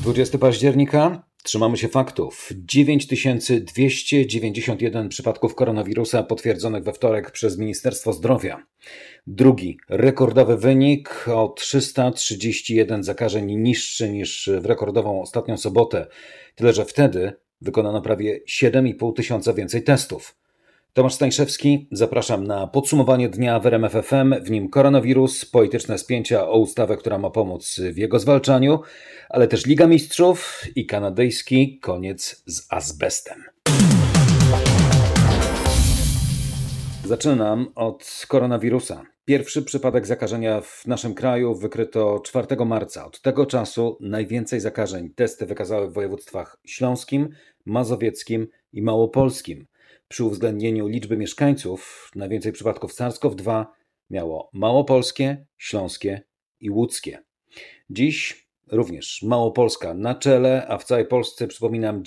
20 października. Trzymamy się faktów. 9291 przypadków koronawirusa potwierdzonych we wtorek przez Ministerstwo Zdrowia. Drugi rekordowy wynik o 331 zakażeń niższy niż w rekordową ostatnią sobotę. Tyle, że wtedy wykonano prawie 7,5 tysiąca więcej testów. Tomasz Stańszewski, zapraszam na podsumowanie dnia w RMF FM, w nim koronawirus, polityczne spięcia o ustawę, która ma pomóc w jego zwalczaniu, ale też Liga Mistrzów i kanadyjski koniec z azbestem. Zaczynam od koronawirusa. Pierwszy przypadek zakażenia w naszym kraju wykryto 4 marca. Od tego czasu najwięcej zakażeń testy wykazały w województwach śląskim, mazowieckim i małopolskim. Przy uwzględnieniu liczby mieszkańców najwięcej przypadków SARS-CoV-2 miało małopolskie, śląskie i łódzkie. Dziś również Małopolska na czele, a w całej Polsce, przypominam,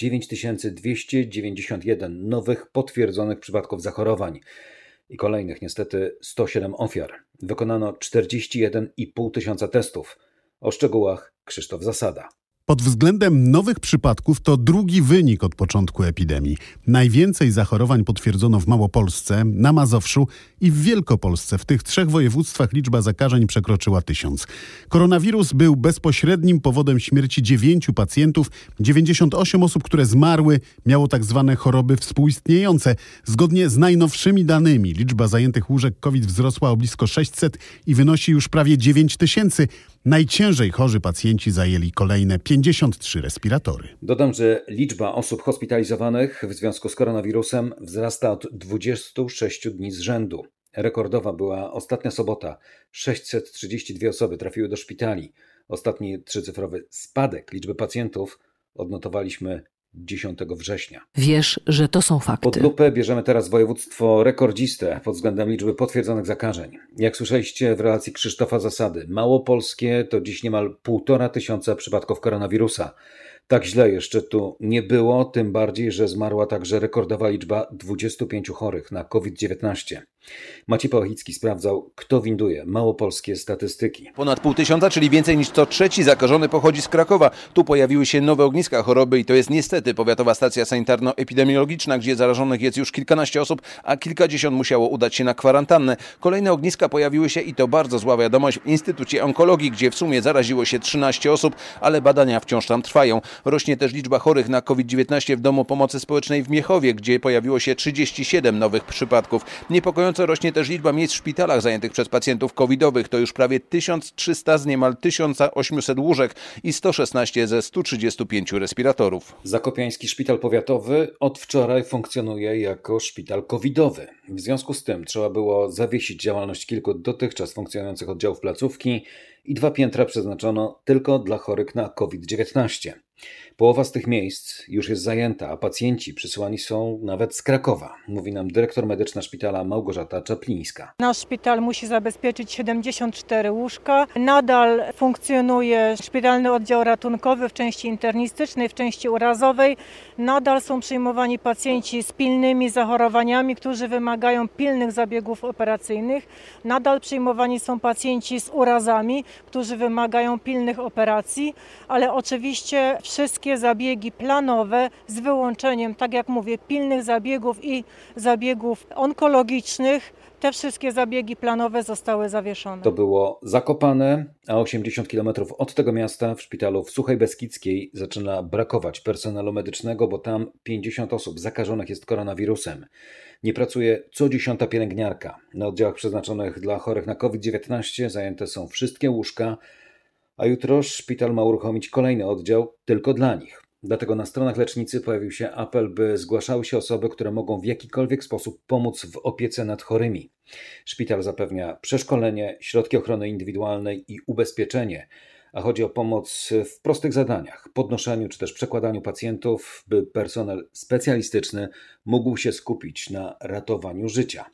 9291 nowych potwierdzonych przypadków zachorowań i kolejnych niestety 107 ofiar. Wykonano 41,5 tysiąca testów. O szczegółach Krzysztof Zasada. Pod względem nowych przypadków to drugi wynik od początku epidemii. Najwięcej zachorowań potwierdzono w Małopolsce, na Mazowszu i w Wielkopolsce. W tych 3 województwach liczba zakażeń przekroczyła 1000. Koronawirus był bezpośrednim powodem śmierci 9 pacjentów. 98 osób, które zmarły, miało tak zwane choroby współistniejące. Zgodnie z najnowszymi danymi liczba zajętych łóżek COVID wzrosła o blisko 600 i wynosi już prawie 9000. Najciężej chorzy pacjenci zajęli kolejne 53 respiratory. Dodam, że liczba osób hospitalizowanych w związku z koronawirusem wzrasta od 26 dni z rzędu. Rekordowa była ostatnia sobota. 632 osoby trafiły do szpitali. Ostatni trzycyfrowy spadek liczby pacjentów odnotowaliśmy 10 września. Wiesz, że to są fakty. Pod lupę bierzemy teraz województwo rekordzistę pod względem liczby potwierdzonych zakażeń. Jak słyszeliście w relacji Krzysztofa Zasady, Małopolskie to dziś niemal 1500 przypadków koronawirusa. Tak źle jeszcze tu nie było, tym bardziej, że zmarła także rekordowa liczba 25 chorych na COVID-19. Maciej Pałachicki sprawdzał, kto winduje małopolskie statystyki. Ponad 500, czyli więcej niż co trzeci zakażony pochodzi z Krakowa. Tu pojawiły się nowe ogniska choroby i to jest niestety powiatowa stacja sanitarno-epidemiologiczna, gdzie zarażonych jest już kilkanaście osób, a kilkadziesiąt musiało udać się na kwarantannę. Kolejne ogniska pojawiły się i to bardzo zła wiadomość w Instytucie Onkologii, gdzie w sumie zaraziło się 13 osób, ale badania wciąż tam trwają. Rośnie też liczba chorych na COVID-19 w Domu Pomocy Społecznej w Miechowie, gdzie pojawiło się 37 nowych przypadków. Niepokojąco rośnie też liczba miejsc w szpitalach zajętych przez pacjentów covidowych. To już prawie 1300 z niemal 1800 łóżek i 116 ze 135 respiratorów. Zakopiański Szpital Powiatowy od wczoraj funkcjonuje jako szpital covidowy. W związku z tym trzeba było zawiesić działalność kilku dotychczas funkcjonujących oddziałów placówki i 2 piętra przeznaczono tylko dla chorych na COVID-19. Połowa z tych miejsc już jest zajęta, a pacjenci przysyłani są nawet z Krakowa, mówi nam dyrektor medyczna szpitala Małgorzata Czaplińska. Nasz szpital musi zabezpieczyć 74 łóżka. Nadal funkcjonuje szpitalny oddział ratunkowy w części internistycznej, w części urazowej. Nadal są przyjmowani pacjenci z pilnymi zachorowaniami, którzy wymagają pilnych zabiegów operacyjnych. Nadal przyjmowani są pacjenci z urazami, którzy wymagają pilnych operacji, ale oczywiście wszystkie zabiegi planowe z wyłączeniem, tak jak mówię, pilnych zabiegów i zabiegów onkologicznych, te wszystkie zabiegi planowe zostały zawieszone. To było Zakopane, a 80 km od tego miasta w szpitalu w Suchej Beskidzkiej zaczyna brakować personelu medycznego, bo tam 50 osób zakażonych jest koronawirusem. Nie pracuje co 10. pielęgniarka. Na oddziałach przeznaczonych dla chorych na COVID-19 zajęte są wszystkie łóżka, a jutro szpital ma uruchomić kolejny oddział tylko dla nich. Dlatego na stronach lecznicy pojawił się apel, by zgłaszały się osoby, które mogą w jakikolwiek sposób pomóc w opiece nad chorymi. Szpital zapewnia przeszkolenie, środki ochrony indywidualnej i ubezpieczenie, a chodzi o pomoc w prostych zadaniach, podnoszeniu czy też przekładaniu pacjentów, by personel specjalistyczny mógł się skupić na ratowaniu życia.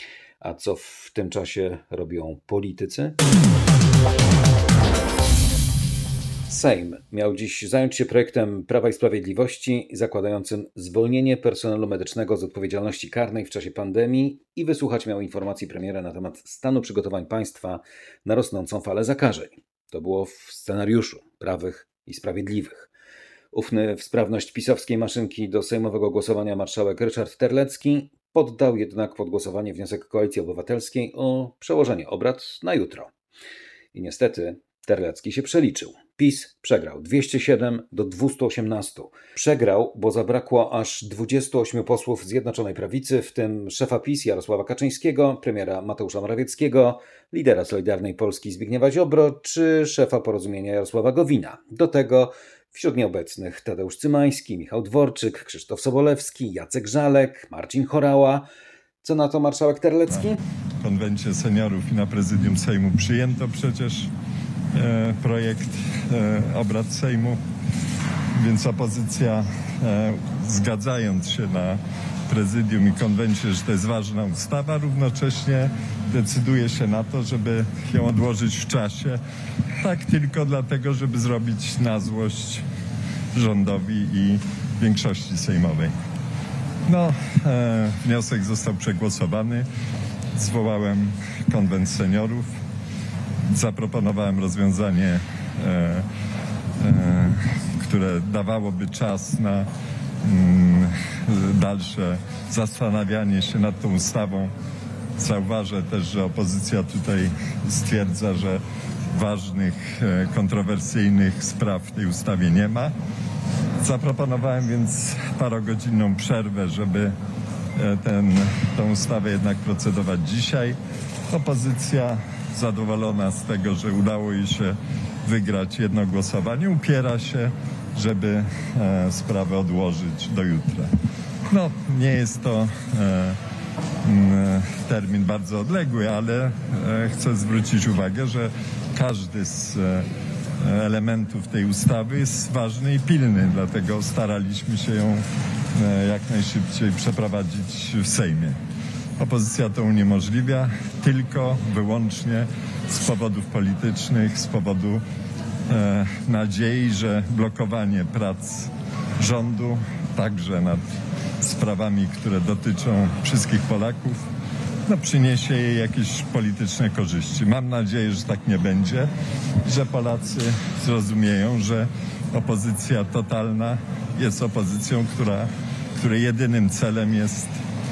A co w tym czasie robią politycy? Sejm miał dziś zająć się projektem Prawa i Sprawiedliwości zakładającym zwolnienie personelu medycznego z odpowiedzialności karnej w czasie pandemii i wysłuchać miał informacji premiera na temat stanu przygotowań państwa na rosnącą falę zakażeń. To było w scenariuszu Prawych i Sprawiedliwych. Ufny w sprawność pisowskiej maszynki do sejmowego głosowania marszałek Ryszard Terlecki poddał jednak pod głosowanie wniosek Koalicji Obywatelskiej o przełożenie obrad na jutro. I niestety Terlecki się przeliczył. PiS przegrał 207 do 218. Przegrał, bo zabrakło aż 28 posłów Zjednoczonej Prawicy, w tym szefa PiS Jarosława Kaczyńskiego, premiera Mateusza Morawieckiego, lidera Solidarnej Polski Zbigniewa Ziobro czy szefa Porozumienia Jarosława Gowina. Do tego wśród nieobecnych Tadeusz Cymański, Michał Dworczyk, Krzysztof Sobolewski, Jacek Żalek, Marcin Horała. Co na to marszałek Terlecki? Na konwencie seniorów i na prezydium Sejmu przyjęto przecież projekt obrad Sejmu, więc opozycja, zgadzając się na prezydium i konwencie, że to jest ważna ustawa, równocześnie decyduje się na to, żeby ją odłożyć w czasie, tak tylko dlatego, żeby zrobić na złość rządowi i większości sejmowej. Wniosek został przegłosowany, zwołałem konwent seniorów, zaproponowałem rozwiązanie, które dawałoby czas na dalsze zastanawianie się nad tą ustawą. Zauważę też, że opozycja tutaj stwierdza, że ważnych, kontrowersyjnych spraw w tej ustawie nie ma. Zaproponowałem więc parogodzinną przerwę, żeby tę ustawę jednak procedować dzisiaj. Opozycja, zadowolona z tego, że udało jej się wygrać jedno głosowanie, upiera się, żeby sprawę odłożyć do jutra. Nie jest to termin bardzo odległy, ale chcę zwrócić uwagę, że każdy z elementów tej ustawy jest ważny i pilny, dlatego staraliśmy się ją jak najszybciej przeprowadzić w Sejmie. Opozycja to uniemożliwia tylko, wyłącznie z powodów politycznych, z powodu nadziei, że blokowanie prac rządu, także nad sprawami, które dotyczą wszystkich Polaków, przyniesie jej jakieś polityczne korzyści. Mam nadzieję, że tak nie będzie, że Polacy zrozumieją, że opozycja totalna jest opozycją, której jedynym celem jest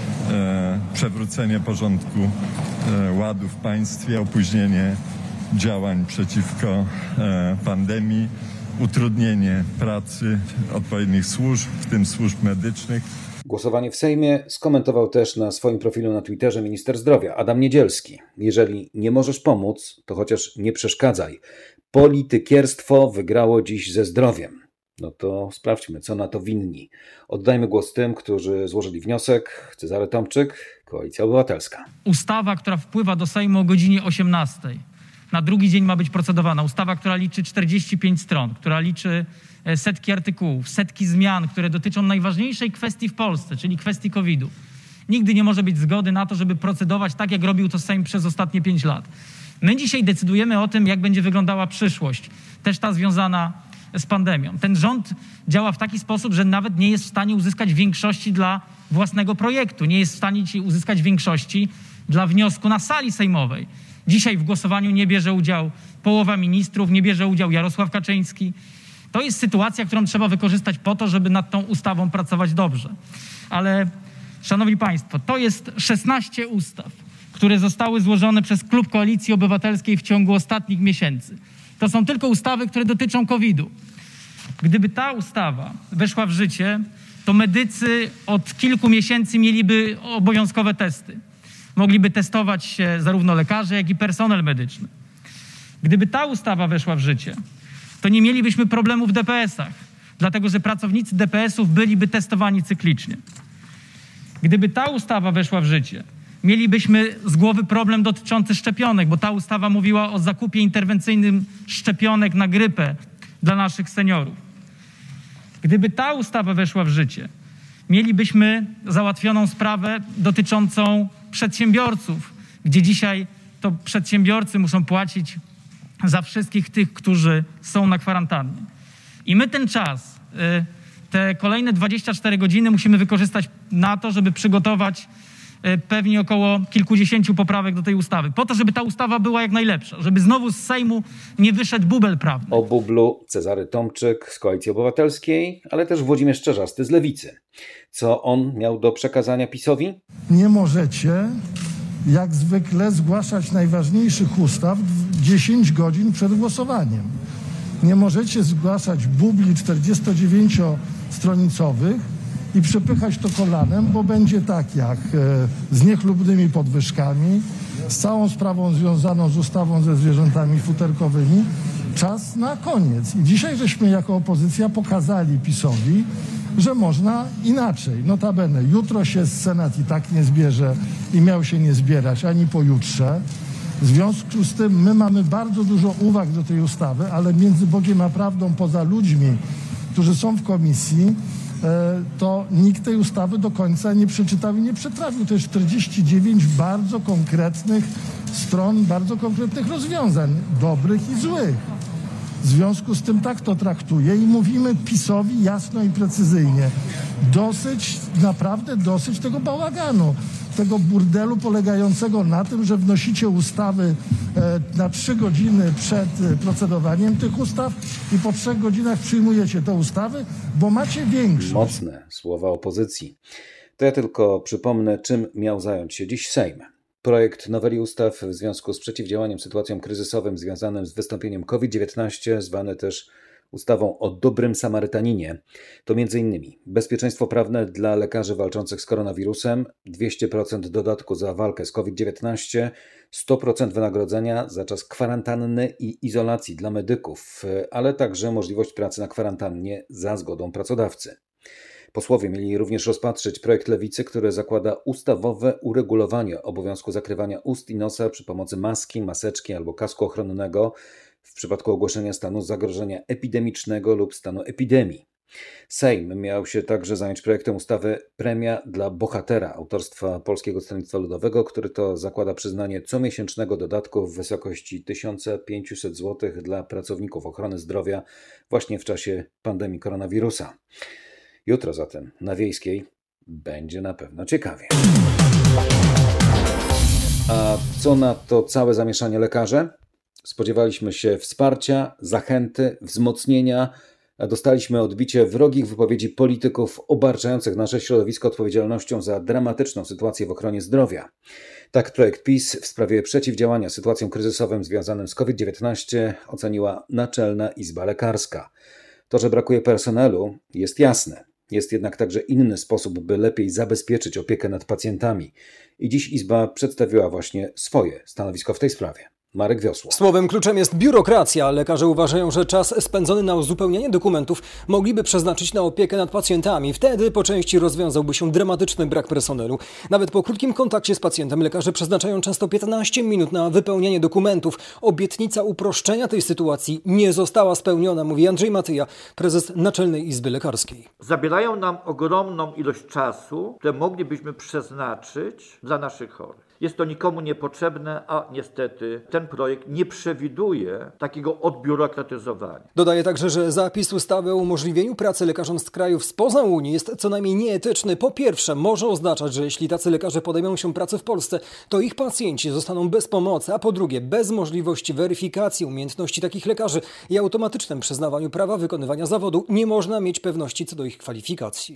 przewrócenie porządku ładu w państwie, opóźnienie działań przeciwko pandemii, utrudnienie pracy odpowiednich służb, w tym służb medycznych. Głosowanie w Sejmie skomentował też na swoim profilu na Twitterze minister zdrowia Adam Niedzielski. Jeżeli nie możesz pomóc, to chociaż nie przeszkadzaj. Politykierstwo wygrało dziś ze zdrowiem. To sprawdźmy, co na to winni. Oddajmy głos tym, którzy złożyli wniosek. Cezary Tomczyk, Koalicja Obywatelska. Ustawa, która wpływa do Sejmu o godzinie 18. Na drugi dzień ma być procedowana. Ustawa, która liczy 45 stron, która liczy setki artykułów, setki zmian, które dotyczą najważniejszej kwestii w Polsce, czyli kwestii COVID-u. Nigdy nie może być zgody na to, żeby procedować tak, jak robił to Sejm przez ostatnie 5 lat. My dzisiaj decydujemy o tym, jak będzie wyglądała przyszłość, też ta związana z pandemią. Ten rząd działa w taki sposób, że nawet nie jest w stanie uzyskać większości dla własnego projektu, nie jest w stanie uzyskać większości dla wniosku na sali sejmowej. Dzisiaj w głosowaniu nie bierze udziału połowa ministrów, nie bierze udziału Jarosław Kaczyński. To jest sytuacja, którą trzeba wykorzystać po to, żeby nad tą ustawą pracować dobrze. Ale, szanowni państwo, to jest 16 ustaw, które zostały złożone przez Klub Koalicji Obywatelskiej w ciągu ostatnich miesięcy. To są tylko ustawy, które dotyczą COVID-u. Gdyby ta ustawa weszła w życie, to medycy od kilku miesięcy mieliby obowiązkowe testy. Mogliby testować się zarówno lekarze, jak i personel medyczny. Gdyby ta ustawa weszła w życie, to nie mielibyśmy problemu w DPS-ach, dlatego że pracownicy DPS-ów byliby testowani cyklicznie. Gdyby ta ustawa weszła w życie, mielibyśmy z głowy problem dotyczący szczepionek, bo ta ustawa mówiła o zakupie interwencyjnym szczepionek na grypę dla naszych seniorów. Gdyby ta ustawa weszła w życie, mielibyśmy załatwioną sprawę dotyczącą przedsiębiorców, gdzie dzisiaj to przedsiębiorcy muszą płacić za wszystkich tych, którzy są na kwarantannie. I my ten czas, te kolejne 24 godziny musimy wykorzystać na to, żeby przygotować pewnie około kilkudziesięciu poprawek do tej ustawy. Po to, żeby ta ustawa była jak najlepsza. Żeby znowu z Sejmu nie wyszedł bubel prawny. O bublu Cezary Tomczyk z Koalicji Obywatelskiej, ale też Włodzimierz Czarzasty z Lewicy. Co on miał do przekazania PiS-owi? Nie możecie, jak zwykle, zgłaszać najważniejszych ustaw 10 godzin przed głosowaniem. Nie możecie zgłaszać bubli 49-stronicowych i przepychać to kolanem, bo będzie tak jak z niechlubnymi podwyżkami, z całą sprawą związaną z ustawą ze zwierzętami futerkowymi. Czas na koniec. I dzisiaj żeśmy jako opozycja pokazali PiS-owi, że można inaczej. Notabene, jutro się Senat i tak nie zbierze i miał się nie zbierać, ani pojutrze. W związku z tym my mamy bardzo dużo uwag do tej ustawy, ale między Bogiem a prawdą, poza ludźmi, którzy są w komisji, to nikt tej ustawy do końca nie przeczytał i nie przetrawił. To jest 49 bardzo konkretnych stron, bardzo konkretnych rozwiązań, dobrych i złych. W związku z tym tak to traktuję i mówimy PiS-owi jasno i precyzyjnie. Dosyć, naprawdę dosyć tego bałaganu, tego burdelu polegającego na tym, że wnosicie ustawy na 3 godziny przed procedowaniem tych ustaw i po 3 godzinach przyjmujecie te ustawy, bo macie większość. Mocne słowa opozycji. To ja tylko przypomnę, czym miał zająć się dziś Sejm. Projekt noweli ustaw w związku z przeciwdziałaniem sytuacjom kryzysowym związanym z wystąpieniem COVID-19, zwany też ustawą o dobrym Samarytaninie, to m.in. bezpieczeństwo prawne dla lekarzy walczących z koronawirusem, 200% dodatku za walkę z COVID-19, 100% wynagrodzenia za czas kwarantanny i izolacji dla medyków, ale także możliwość pracy na kwarantannie za zgodą pracodawcy. Posłowie mieli również rozpatrzeć projekt Lewicy, który zakłada ustawowe uregulowanie obowiązku zakrywania ust i nosa przy pomocy maski, maseczki albo kasku ochronnego w przypadku ogłoszenia stanu zagrożenia epidemicznego lub stanu epidemii. Sejm miał się także zająć projektem ustawy Premia dla Bohatera autorstwa Polskiego Stronnictwa Ludowego, który to zakłada przyznanie comiesięcznego dodatku w wysokości 1500 zł dla pracowników ochrony zdrowia właśnie w czasie pandemii koronawirusa. Jutro zatem na Wiejskiej będzie na pewno ciekawie. A co na to całe zamieszanie lekarze? Spodziewaliśmy się wsparcia, zachęty, wzmocnienia, a dostaliśmy odbicie wrogich wypowiedzi polityków obarczających nasze środowisko odpowiedzialnością za dramatyczną sytuację w ochronie zdrowia. Tak projekt PiS w sprawie przeciwdziałania sytuacjom kryzysowym związanym z COVID-19 oceniła Naczelna Izba Lekarska. To, że brakuje personelu, jest jasne. Jest jednak także inny sposób, by lepiej zabezpieczyć opiekę nad pacjentami. I dziś Izba przedstawiła właśnie swoje stanowisko w tej sprawie. Marek Wiosło. Słowem kluczem jest biurokracja. Lekarze uważają, że czas spędzony na uzupełnianie dokumentów mogliby przeznaczyć na opiekę nad pacjentami. Wtedy po części rozwiązałby się dramatyczny brak personelu. Nawet po krótkim kontakcie z pacjentem lekarze przeznaczają często 15 minut na wypełnianie dokumentów. Obietnica uproszczenia tej sytuacji nie została spełniona, mówi Andrzej Matyja, prezes Naczelnej Izby Lekarskiej. Zabierają nam ogromną ilość czasu, które moglibyśmy przeznaczyć dla naszych chorych. Jest to nikomu niepotrzebne, a niestety ten projekt nie przewiduje takiego odbiurokratyzowania. Dodaje także, że zapis ustawy o umożliwieniu pracy lekarzom z krajów spoza Unii jest co najmniej nieetyczny. Po pierwsze, może oznaczać, że jeśli tacy lekarze podejmą się pracy w Polsce, to ich pacjenci zostaną bez pomocy, a po drugie, bez możliwości weryfikacji umiejętności takich lekarzy i automatycznym przyznawaniu prawa wykonywania zawodu nie można mieć pewności co do ich kwalifikacji.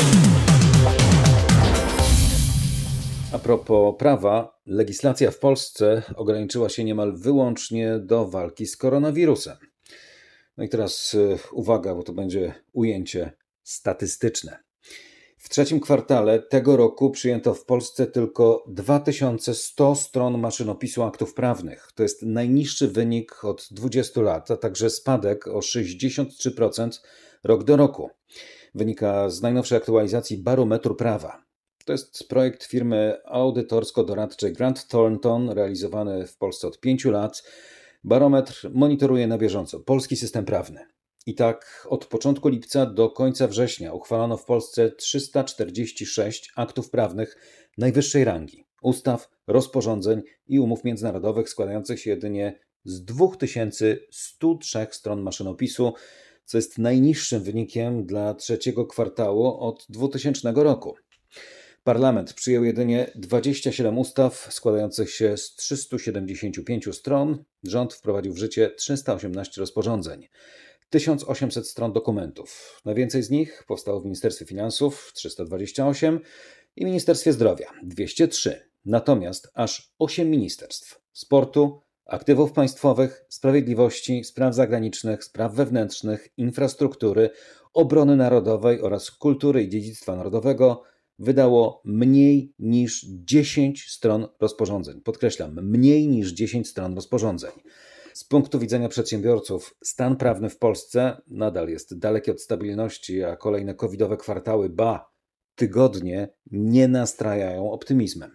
A propos prawa, legislacja w Polsce ograniczyła się niemal wyłącznie do walki z koronawirusem. No i teraz uwaga, bo to będzie ujęcie statystyczne. W trzecim kwartale tego roku przyjęto w Polsce tylko 2100 stron maszynopisu aktów prawnych. To jest najniższy wynik od 20 lat, a także spadek o 63% rok do roku. Wynika z najnowszej aktualizacji Barometru Prawa. To jest projekt firmy audytorsko-doradczej Grant Thornton, realizowany w Polsce od 5 lat. Barometr monitoruje na bieżąco polski system prawny. I tak od początku lipca do końca września uchwalono w Polsce 346 aktów prawnych najwyższej rangi. Ustaw, rozporządzeń i umów międzynarodowych składających się jedynie z 2103 stron maszynopisu, co jest najniższym wynikiem dla trzeciego kwartału od 2000 roku. Parlament przyjął jedynie 27 ustaw składających się z 375 stron. Rząd wprowadził w życie 318 rozporządzeń. 1800 stron dokumentów. Najwięcej z nich powstało w Ministerstwie Finansów 328 i Ministerstwie Zdrowia 203. Natomiast aż 8 ministerstw: sportu, aktywów państwowych, sprawiedliwości, spraw zagranicznych, spraw wewnętrznych, infrastruktury, obrony narodowej oraz kultury i dziedzictwa narodowego wydało mniej niż 10 stron rozporządzeń. Podkreślam, mniej niż 10 stron rozporządzeń. Z punktu widzenia przedsiębiorców stan prawny w Polsce nadal jest daleki od stabilności, a kolejne covidowe kwartały, tygodnie nie nastrajają optymizmem.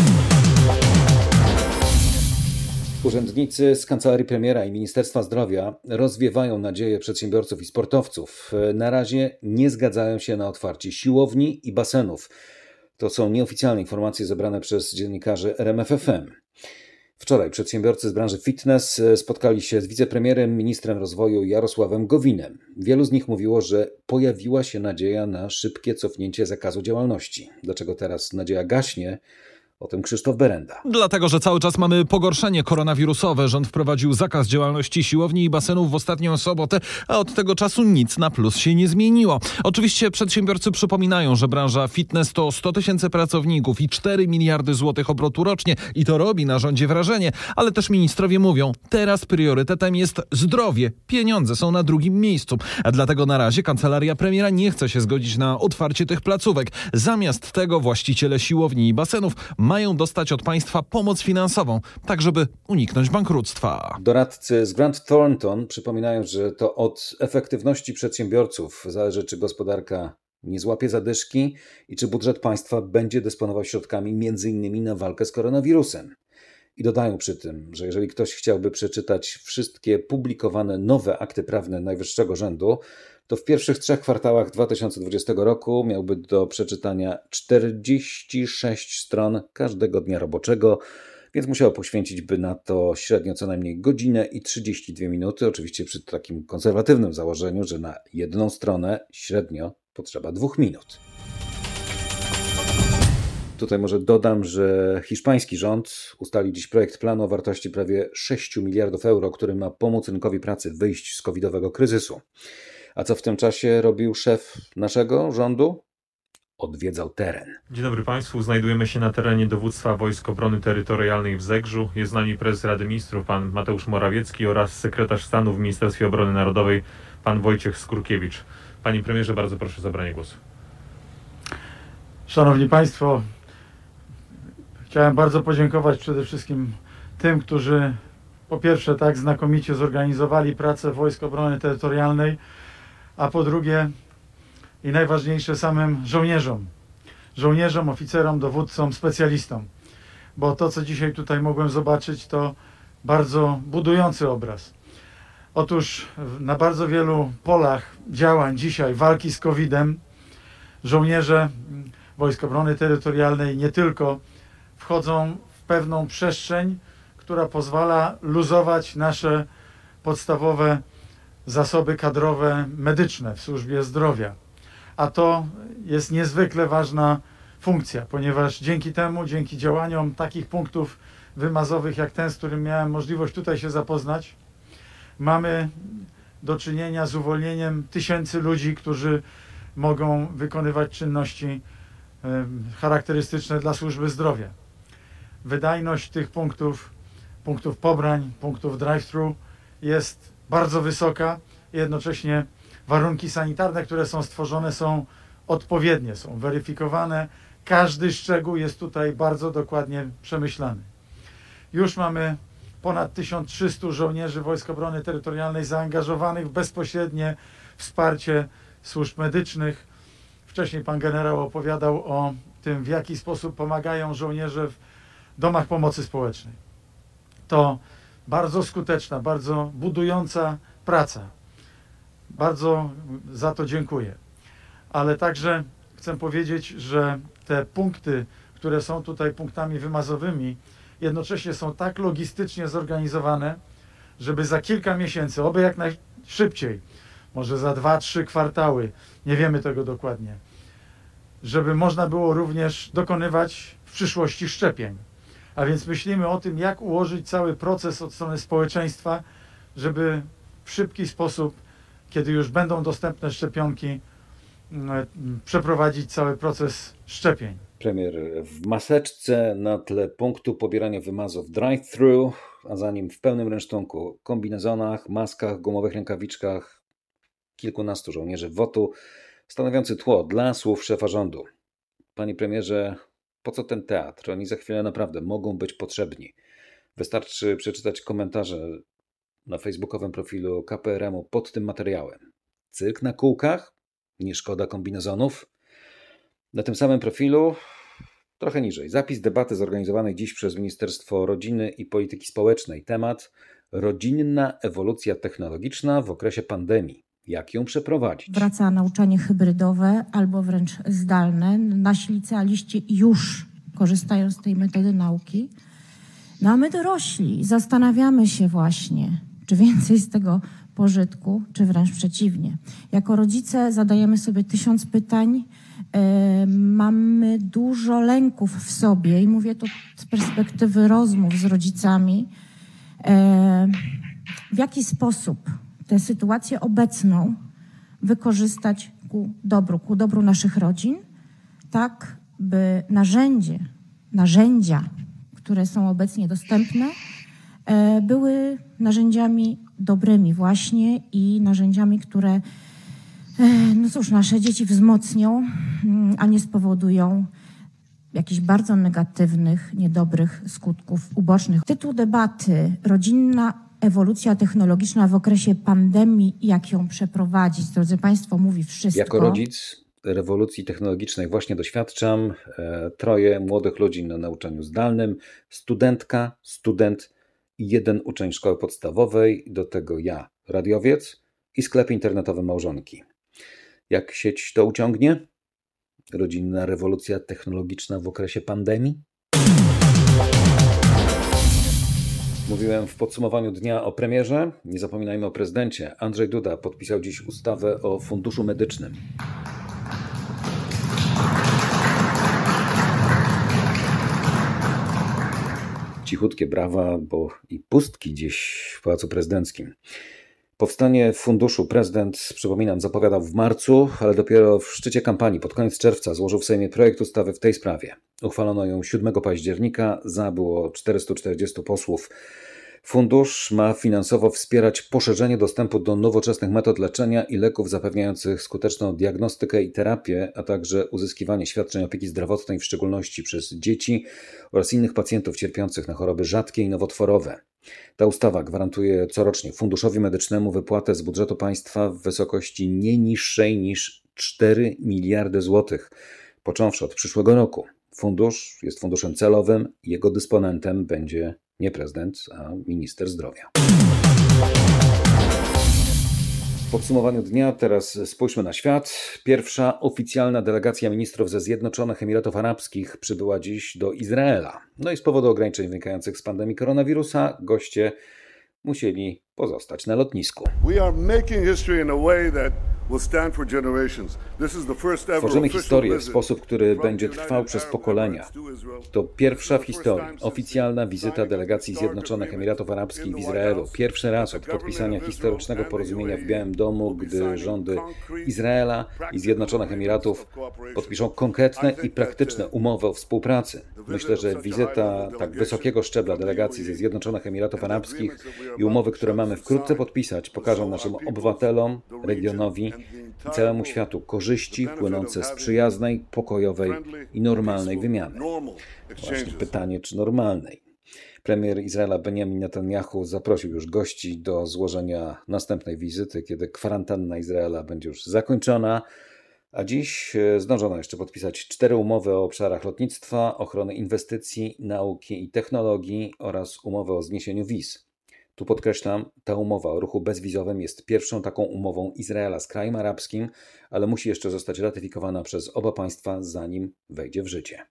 Urzędnicy z Kancelarii Premiera i Ministerstwa Zdrowia rozwiewają nadzieje przedsiębiorców i sportowców. Na razie nie zgadzają się na otwarcie siłowni i basenów. To są nieoficjalne informacje zebrane przez dziennikarzy RMFFM. Wczoraj przedsiębiorcy z branży fitness spotkali się z wicepremierem, ministrem rozwoju Jarosławem Gowinem. Wielu z nich mówiło, że pojawiła się nadzieja na szybkie cofnięcie zakazu działalności. Dlaczego teraz nadzieja gaśnie? O tym Krzysztof Berenda. Dlatego, że cały czas mamy pogorszenie koronawirusowe. Rząd wprowadził zakaz działalności siłowni i basenów w ostatnią sobotę, a od tego czasu nic na plus się nie zmieniło. Oczywiście przedsiębiorcy przypominają, że branża fitness to 100 000 pracowników i 4 miliardy złotych obrotu rocznie i to robi na rządzie wrażenie, ale też ministrowie mówią, teraz priorytetem jest zdrowie. Pieniądze są na drugim miejscu, a dlatego na razie Kancelaria Premiera nie chce się zgodzić na otwarcie tych placówek. Zamiast tego właściciele siłowni i basenów mają dostać od państwa pomoc finansową, tak żeby uniknąć bankructwa. Doradcy z Grant Thornton przypominają, że to od efektywności przedsiębiorców zależy, czy gospodarka nie złapie zadyszki i czy budżet państwa będzie dysponował środkami m.in. na walkę z koronawirusem. I dodają przy tym, że jeżeli ktoś chciałby przeczytać wszystkie publikowane nowe akty prawne najwyższego rzędu, to w pierwszych 3 kwartałach 2020 roku miałby do przeczytania 46 stron każdego dnia roboczego, więc musiał poświęcić by na to średnio co najmniej godzinę i 32 minuty, oczywiście przy takim konserwatywnym założeniu, że na jedną stronę średnio potrzeba 2 minut. Tutaj może dodam, że hiszpański rząd ustalił dziś projekt planu o wartości prawie 6 miliardów euro, który ma pomóc rynkowi pracy wyjść z covidowego kryzysu. A co w tym czasie robił szef naszego rządu? Odwiedzał teren. Dzień dobry Państwu. Znajdujemy się na terenie dowództwa Wojsk Obrony Terytorialnej w Zegrzu. Jest z nami prezes Rady Ministrów, pan Mateusz Morawiecki oraz sekretarz stanu w Ministerstwie Obrony Narodowej, pan Wojciech Skurkiewicz. Panie premierze, bardzo proszę o zabranie głosu. Szanowni Państwo, chciałem bardzo podziękować przede wszystkim tym, którzy po pierwsze tak znakomicie zorganizowali pracę Wojsk Obrony Terytorialnej, a po drugie i najważniejsze samym żołnierzom, oficerom, dowódcom, specjalistom. Bo to, co dzisiaj tutaj mogłem zobaczyć, to bardzo budujący obraz. Otóż na bardzo wielu polach działań dzisiaj, walki z COVID-em, żołnierze Wojsk Obrony Terytorialnej nie tylko wchodzą w pewną przestrzeń, która pozwala luzować nasze podstawowe zasoby kadrowe medyczne w służbie zdrowia. A to jest niezwykle ważna funkcja, ponieważ dzięki działaniom takich punktów wymazowych jak ten, z którym miałem możliwość tutaj się zapoznać, mamy do czynienia z uwolnieniem tysięcy ludzi, którzy mogą wykonywać czynności charakterystyczne dla służby zdrowia. Wydajność tych punktów pobrań, punktów drive-thru jest bardzo wysoka. Jednocześnie warunki sanitarne, które są stworzone, są odpowiednie, są weryfikowane. Każdy szczegół jest tutaj bardzo dokładnie przemyślany. Już mamy ponad 1300 żołnierzy Wojsk Obrony Terytorialnej zaangażowanych w bezpośrednie wsparcie służb medycznych. Wcześniej pan generał opowiadał o tym, w jaki sposób pomagają żołnierze w domach pomocy społecznej. To bardzo skuteczna, bardzo budująca praca. Bardzo za to dziękuję. Ale także chcę powiedzieć, że te punkty, które są tutaj punktami wymazowymi, jednocześnie są tak logistycznie zorganizowane, żeby za kilka miesięcy, oby jak najszybciej, może za 2-3 kwartały, nie wiemy tego dokładnie, żeby można było również dokonywać w przyszłości szczepień. A więc myślimy o tym, jak ułożyć cały proces od strony społeczeństwa, żeby w szybki sposób, kiedy już będą dostępne szczepionki, przeprowadzić cały proces szczepień. Premier w maseczce na tle punktu pobierania wymazów drive-thru, a za nim w pełnym rynsztunku, kombinezonach, maskach, gumowych rękawiczkach, kilkunastu żołnierzy WOT-u, stanowiący tło dla słów szefa rządu. Panie premierze, po co ten teatr? Oni za chwilę naprawdę mogą być potrzebni. Wystarczy przeczytać komentarze na facebookowym profilu KPRM-u pod tym materiałem. Cyrk na kółkach? Nie szkoda kombinezonów? Na tym samym profilu, trochę niżej, zapis debaty zorganizowanej dziś przez Ministerstwo Rodziny i Polityki Społecznej. Temat: rodzinna ewolucja technologiczna w okresie pandemii. Jak ją przeprowadzić? Wraca nauczanie hybrydowe albo wręcz zdalne. Nasi licealiści już korzystają z tej metody nauki. No a my dorośli zastanawiamy się właśnie, czy więcej z tego pożytku, czy wręcz przeciwnie. Jako rodzice zadajemy sobie 1000 pytań, mamy dużo lęków w sobie i mówię to z perspektywy rozmów z rodzicami. W jaki sposób tę sytuację obecną wykorzystać ku dobru naszych rodzin, tak by narzędzia, które są obecnie dostępne, były narzędziami dobrymi właśnie i narzędziami, które nasze dzieci wzmocnią, a nie spowodują jakichś bardzo negatywnych, niedobrych skutków ubocznych. Tytuł debaty: rodzinna ewolucja technologiczna w okresie pandemii, jak ją przeprowadzić. Drodzy Państwo, mówi wszystko. Jako rodzic rewolucji technologicznej właśnie doświadczam. 3 młodych ludzi na nauczaniu zdalnym, studentka, student i 1 uczeń szkoły podstawowej, do tego ja, radiowiec i sklep internetowy małżonki. Jak sieć to uciągnie? Rodzinna rewolucja technologiczna w okresie pandemii? Mówiłem w podsumowaniu dnia o premierze. Nie zapominajmy o prezydencie. Andrzej Duda podpisał dziś ustawę o funduszu medycznym. Cichutkie brawa, bo i pustki dziś w Pałacu Prezydenckim. Powstanie funduszu prezydent, przypominam, zapowiadał w marcu, ale dopiero w szczycie kampanii pod koniec czerwca złożył w Sejmie projekt ustawy w tej sprawie. Uchwalono ją 7 października, za było 440 posłów. Fundusz ma finansowo wspierać poszerzenie dostępu do nowoczesnych metod leczenia i leków zapewniających skuteczną diagnostykę i terapię, a także uzyskiwanie świadczeń opieki zdrowotnej, w szczególności przez dzieci oraz innych pacjentów cierpiących na choroby rzadkie i nowotworowe. Ta ustawa gwarantuje corocznie Funduszowi Medycznemu wypłatę z budżetu państwa w wysokości nie niższej niż 4 miliardy złotych, począwszy od przyszłego roku. Fundusz jest funduszem celowym, jego dysponentem będzie nie prezydent, a minister zdrowia. W podsumowaniu dnia teraz spójrzmy na świat. Pierwsza oficjalna delegacja ministrów ze Zjednoczonych Emiratów Arabskich przybyła dziś do Izraela. No i z powodu ograniczeń wynikających z pandemii koronawirusa goście musieli pozostać na lotnisku. Tworzymy historię w sposób, który będzie trwał przez pokolenia. To pierwsza w historii oficjalna wizyta delegacji Zjednoczonych Emiratów Arabskich w Izraelu. Pierwszy raz od podpisania historycznego porozumienia w Białym Domu, gdy rządy Izraela i Zjednoczonych Emiratów podpiszą konkretne i praktyczne umowy o współpracy. Myślę, że wizyta tak wysokiego szczebla delegacji ze Zjednoczonych Emiratów Arabskich i umowy, które mamy wkrótce podpisać, pokażą naszym obywatelom, regionowi i całemu światu korzyści płynące z przyjaznej, pokojowej i normalnej wymiany. Właśnie pytanie, czy normalnej. Premier Izraela Benjamin Netanyahu zaprosił już gości do złożenia następnej wizyty, kiedy kwarantanna Izraela będzie już zakończona, a dziś zdążono jeszcze podpisać 4 umowy o obszarach lotnictwa, ochrony inwestycji, nauki i technologii oraz umowę o zniesieniu wiz. Tu podkreślam, ta umowa o ruchu bezwizowym jest pierwszą taką umową Izraela z krajem arabskim, ale musi jeszcze zostać ratyfikowana przez oba państwa, zanim wejdzie w życie.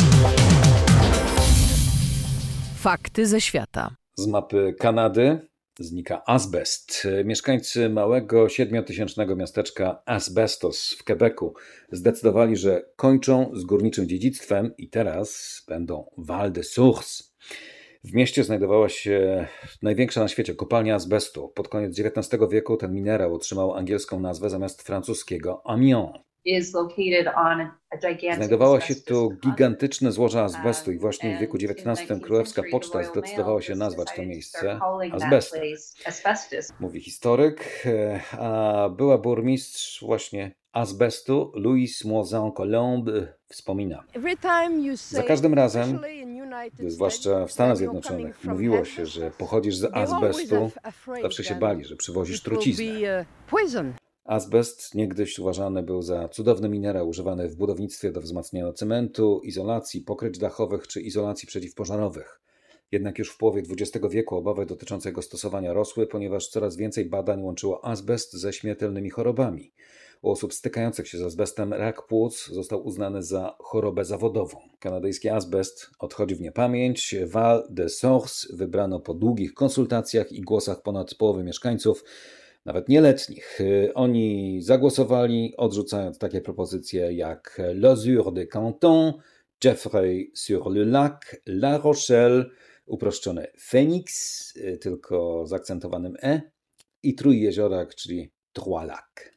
Fakty ze świata. Z mapy Kanady Znika azbest. Mieszkańcy małego 7-tysięcznego miasteczka Asbestos w Quebecu zdecydowali, że kończą z górniczym dziedzictwem i teraz będą Val de Source. W mieście znajdowała się największa na świecie kopalnia azbestu. Pod koniec XIX wieku ten minerał otrzymał angielską nazwę zamiast francuskiego amiant. Znajdowało się tu gigantyczne złoże azbestu i właśnie w wieku XIX królewska poczta zdecydowała się nazwać to miejsce azbestem. Mówi historyk, a była burmistrz właśnie azbestu Louise Moisan-Colombe wspomina. Za każdym razem, zwłaszcza w Stanach Zjednoczonych, mówiło się, że pochodzisz z azbestu, zawsze się bali, że przywozisz truciznę. Azbest niegdyś uważany był za cudowny minerał używany w budownictwie do wzmacniania cementu, izolacji pokryć dachowych czy izolacji przeciwpożarowych. Jednak już w połowie XX wieku obawy dotyczące jego stosowania rosły, ponieważ coraz więcej badań łączyło azbest ze śmiertelnymi chorobami. U osób stykających się z azbestem rak płuc został uznany za chorobę zawodową. Kanadyjski azbest odchodzi w niepamięć. Val de Source wybrano po długich konsultacjach i głosach ponad połowy mieszkańców, nawet nieletnich. Oni zagłosowali, odrzucając takie propozycje jak Lozure de Canton, Geoffrey-sur-le-Lac, La Rochelle, uproszczone Phoenix, tylko z akcentowanym E, i Trójjeziorak, czyli Trois-Lacs.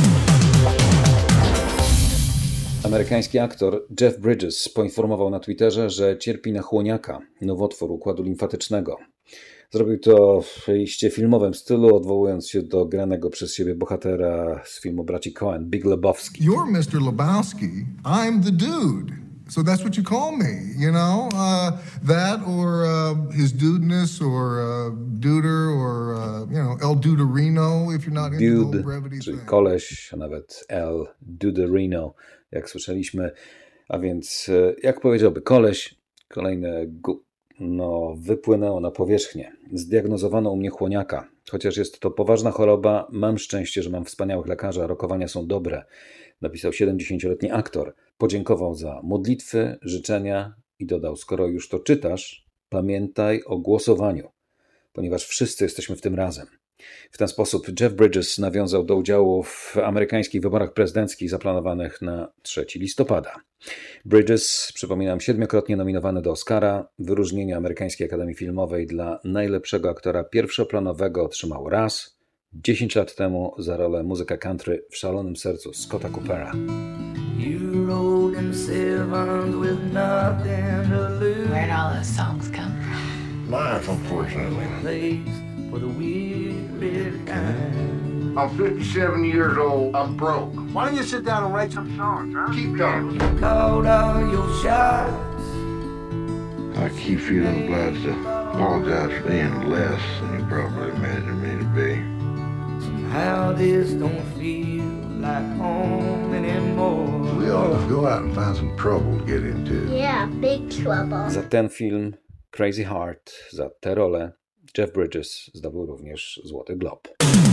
Amerykański aktor Jeff Bridges poinformował na Twitterze, że cierpi na chłoniaka, nowotwór układu limfatycznego. Zrobił to w iście filmowym stylu, odwołując się do granego przez siebie bohatera z filmu braci Coen, Big Lebowski. You're Mr. Lebowski, I'm the dude. So that's what you call me, you know? That or his dudeness or duder or, you know, El Duderino if you're not into the whole brevity czyli thing. koleś, a nawet El Duderino, jak słyszeliśmy. A więc, jak powiedziałby koleś, kolejne wypłynęło na powierzchnię. Zdiagnozowano u mnie chłoniaka. Chociaż jest to poważna choroba, mam szczęście, że mam wspaniałych lekarzy, a rokowania są dobre, napisał 70-letni aktor. Podziękował za modlitwy, życzenia i dodał, skoro już to czytasz, pamiętaj o głosowaniu, ponieważ wszyscy jesteśmy w tym razem. W ten sposób Jeff Bridges nawiązał do udziału w amerykańskich wyborach prezydenckich zaplanowanych na 3 listopada. Bridges, przypominam, 7-krotnie nominowany do Oscara, wyróżnienia Amerykańskiej Akademii Filmowej dla najlepszego aktora pierwszoplanowego otrzymał raz, 10 lat temu za rolę muzyka country w Szalonym sercu Scotta Coopera. You rode in sevens with nothing to lose. Where'd all those songs come from? Life, unfortunately. For the weary kind. I'm 57 years old. I'm broke. Why don't you sit down and write some songs, huh? Keep going. You called all your shots. I keep feeling obliged to apologize for being less than you probably imagined me to be. Somehow this don't feel like home anymore. We ought to go out and find some trouble to get into. Yeah, big trouble. Za ten film Crazy Heart, za tę rolę Jeff Bridges zdobył również Złoty Glob.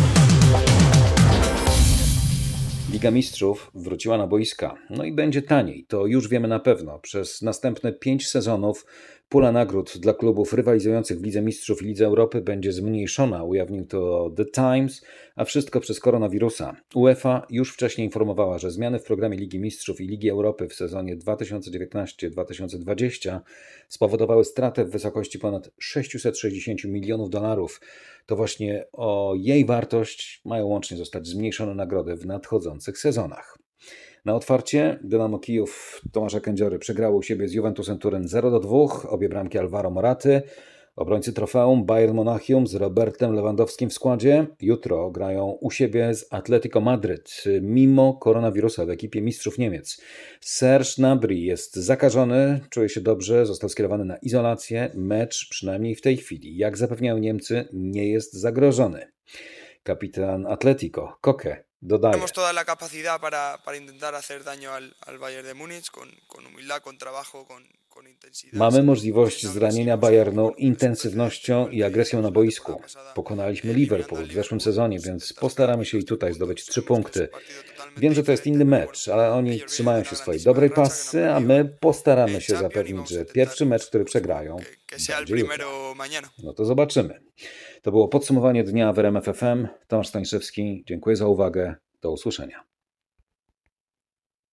Liga Mistrzów wróciła na boiska. No i będzie taniej, to już wiemy na pewno. Przez następne 5 sezonów pula nagród dla klubów rywalizujących w Lidze Mistrzów i Lidze Europy będzie zmniejszona, ujawnił to The Times, a wszystko przez koronawirusa. UEFA już wcześniej informowała, że zmiany w programie Ligi Mistrzów i Ligi Europy w sezonie 2019-2020 spowodowały stratę w wysokości ponad $660 milionów. To właśnie o jej wartość mają łącznie zostać zmniejszone nagrody w nadchodzących sezonach. Na otwarcie Dynamo Kijów Tomasza Kędziory przegrało u siebie z Juventusem Turyn 0-2, obie bramki Alvaro Moraty. Obrońcy trofeum Bayern Monachium z Robertem Lewandowskim w składzie. Jutro grają u siebie z Atletico Madryt, mimo koronawirusa w ekipie mistrzów Niemiec. Serge Gnabry jest zakażony, czuje się dobrze, został skierowany na izolację. Mecz, przynajmniej w tej chwili, jak zapewniają Niemcy, nie jest zagrożony. Kapitan Atletico, Koke, dodaje. Tenemos toda la capacidad para intentar hacer daño al Bayern de Múnich con humildad, con trabajo, Mamy możliwość zranienia Bayernu intensywnością i agresją na boisku. Pokonaliśmy Liverpool w zeszłym sezonie, więc postaramy się i tutaj zdobyć 3 punkty. Wiem, że to jest inny mecz, ale oni trzymają się swojej dobrej pasy, a my postaramy się zapewnić, że pierwszy mecz, który przegrają, będzie jutro. No to zobaczymy. To było podsumowanie dnia w RMF FM. Tomasz Stańszewski, dziękuję za uwagę. Do usłyszenia.